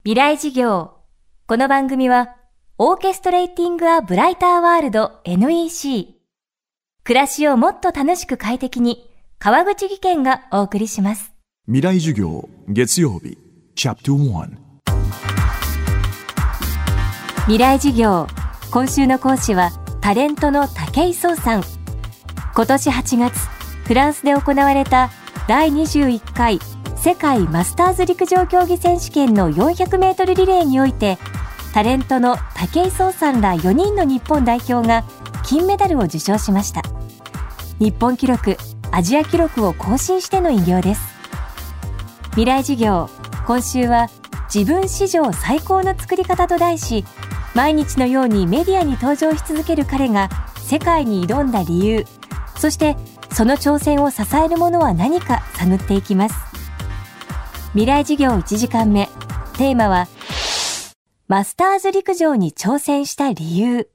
未来事業。この番組はオーケストレーティング・ア・ブライター・ワールド NEC 暮らしをもっと楽しく快適に川口義賢がお送りします。 未来授業月曜日チャプター1 未来事業。今週の講師はタレントの武井壮さん。今年8月フランスで行われた第21回世界マスターズ陸上競技選手権の400メートルリレーにおいて、タレントの武井壮さんら4人の日本代表が金メダルを受賞しました。日本記録、アジア記録を更新しての偉業です。未来事業。今週は自分史上最高の作り方と題し、毎日のようにメディアに登場し続ける彼が世界に挑んだ理由、そしてその挑戦を支えるものは何か探っていきます。未来事業1時間目。テーマはマスターズ陸上に挑戦した理由。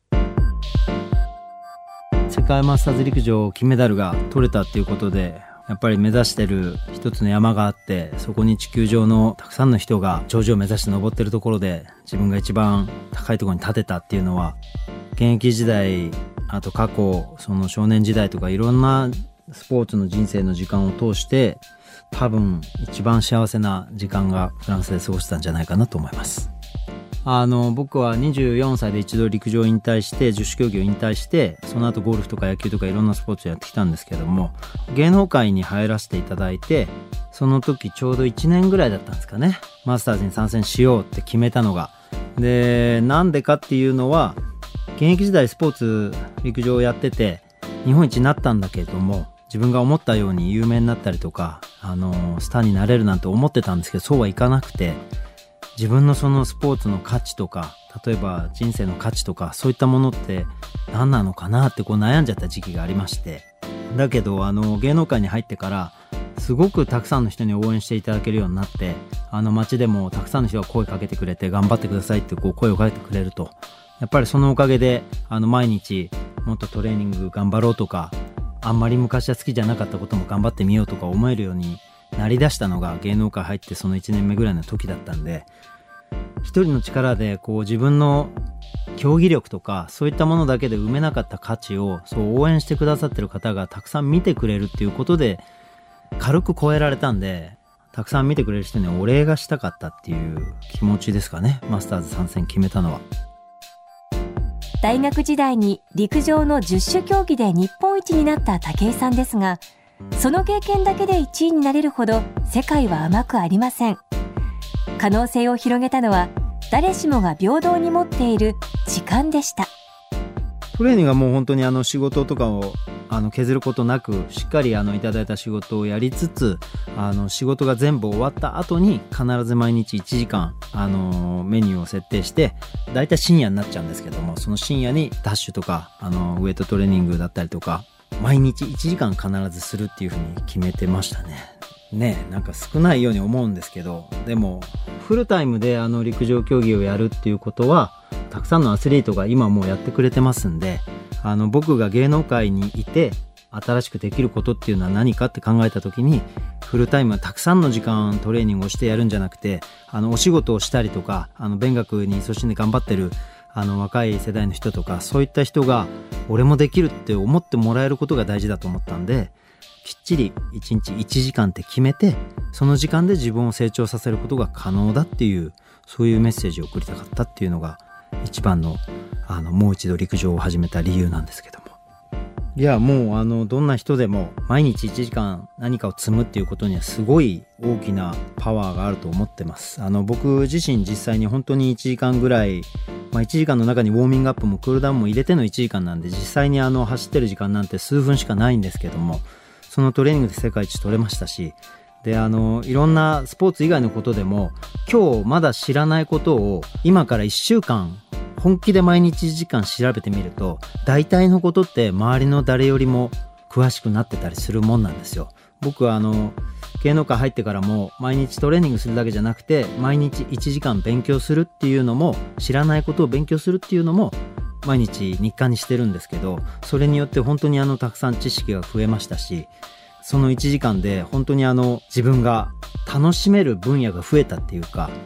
世界マスターズ陸上金メダルが取れたっていうことで、やっぱり目指してる一つの山があって、そこに地球上のたくさんの人が頂上を目指して登ってるところで、自分が一番高いところに立てたっていうのは、現役時代、あと過去、その少年時代とかいろんなスポーツの人生の時間を通して、多分一番幸せな時間がフランスで過ごしたんじゃないかなと思います。僕は24歳で一度陸上を引退して、十種競技を引退して、その後ゴルフとか野球とかいろんなスポーツをやってきたんですけども、芸能界に入らせていただいて、その時ちょうど1年ぐらいだったんですかね、マスターズに参戦しようって決めたのが。で、なんでかっていうのは、現役時代スポーツ陸上をやってて日本一になったんだけれども、自分が思ったように有名になったりとか、スターになれるなんて思ってたんですけど、そうはいかなくて、自分のそのスポーツの価値とか、例えば人生の価値とか、そういったものって何なのかなって悩んじゃった時期がありまして、だけど芸能界に入ってからすごくたくさんの人に応援していただけるようになって、街でもたくさんの人が声かけてくれて、頑張ってくださいって声をかけてくれると、やっぱりそのおかげで毎日もっとトレーニング頑張ろうとか、あんまり昔は好きじゃなかったことも頑張ってみようとか思えるようになりだしたのが、芸能界入ってその1年目ぐらいの時だったんで、一人の力で自分の競技力とかそういったものだけで埋めなかった価値を、そう応援してくださってる方がたくさん見てくれるっていうことで軽く超えられたんで、たくさん見てくれる人にお礼がしたかったっていう気持ちですかね、マスターズ参戦決めたのは。 大学時代に陸上の十種競技で日本一になった武井さんですが、その経験だけで1位になれるほど世界は甘くありません。可能性を広げたのは、誰しもが平等に持っている時間でした。 トレーニングはもう本当に仕事とかを削ることなく、しっかりいただいた仕事をやりつつ、仕事が全部終わった後に必ず毎日1時間メニューを設定して、だいたい深夜になっちゃうんですけども、その深夜にダッシュとかウエイトトレーニングだったりとか、毎日1時間必ずするっていうふうに決めてましたね。なんか少ないように思うんですけど、でもフルタイムで陸上競技をやるっていうことは、たくさんのアスリートが今もうやってくれてますんで、僕が芸能界にいて新しくできることっていうのは何かって考えた時に、フルタイムはたくさんの時間トレーニングをしてやるんじゃなくて、お仕事をしたりとか、勉学に勤しんで頑張ってる若い世代の人とか、そういった人が俺もできるって思ってもらえることが大事だと思ったんで、きっちり1日1時間って決めて、その時間で自分を成長させることが可能だっていう、そういうメッセージを送りたかったっていうのが一番のもう一度陸上を始めた理由なんですけども。いや、もうどんな人でも毎日1時間何かを積むっていうことにはすごい大きなパワーがあると思ってます。僕自身実際に本当に1時間ぐらい、1時間の中にウォーミングアップもクールダウンも入れての1時間なんで、実際に走ってる時間なんて数分しかないんですけども、そのトレーニングで世界一取れましたし、でいろんなスポーツ以外のことでも、今日まだ知らないことを今から1週間本気で毎日1時間調べてみると、大体のことって周りの誰よりも詳しくなってたりするもんなんですよ。僕は芸能界入ってからも毎日トレーニングするだけじゃなくて、毎日1時間勉強するっていうのも、知らないことを勉強するっていうのも毎日日課にしてるんですけど、それによって本当にたくさん知識が増えましたし、その1時間で本当に自分が楽しめる分野が増えたっていうか、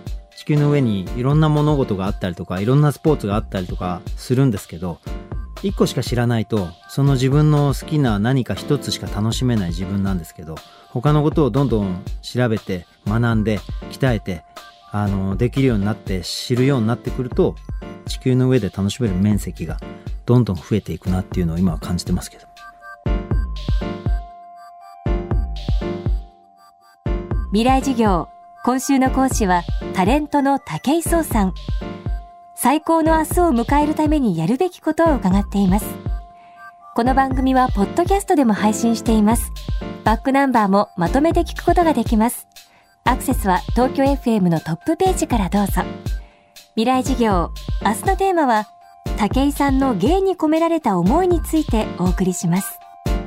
地球の上にいろんな物事があったりとか、いろんなスポーツがあったりとかするんですけど、一個しか知らないと、その自分の好きな何か一つしか楽しめない自分なんですけど、他のことをどんどん調べて学んで鍛えてできるようになって知るようになってくると、地球の上で楽しめる面積がどんどん増えていくなっていうのを今は感じてますけど。 未来授業、今週の講師はタレントの武井壮さん。最高の明日を迎えるためにやるべきことを伺っています。この番組はポッドキャストでも配信しています。バックナンバーもまとめて聞くことができます。アクセスは東京 FM のトップページからどうぞ。未来授業、明日のテーマは武井さんの芸に込められた思いについてお送りします。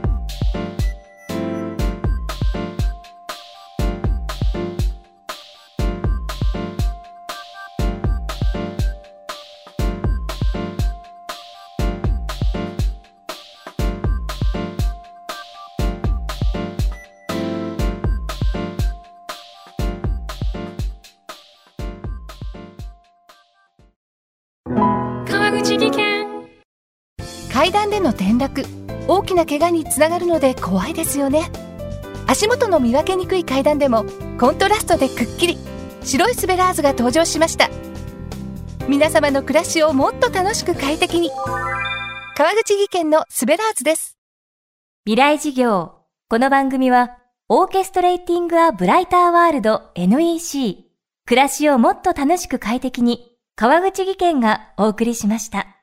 階段での転落、大きな怪我につながるので怖いですよね。足元の見分けにくい階段でもコントラストでくっきり白いスベラーズが登場しました。皆様の暮らしをもっと楽しく快適に、川口技研のスベラーズです。 未来授業、この番組はオーケストレーティングアブライターワールド NEC、暮らしをもっと楽しく快適に、川口技研がお送りしました。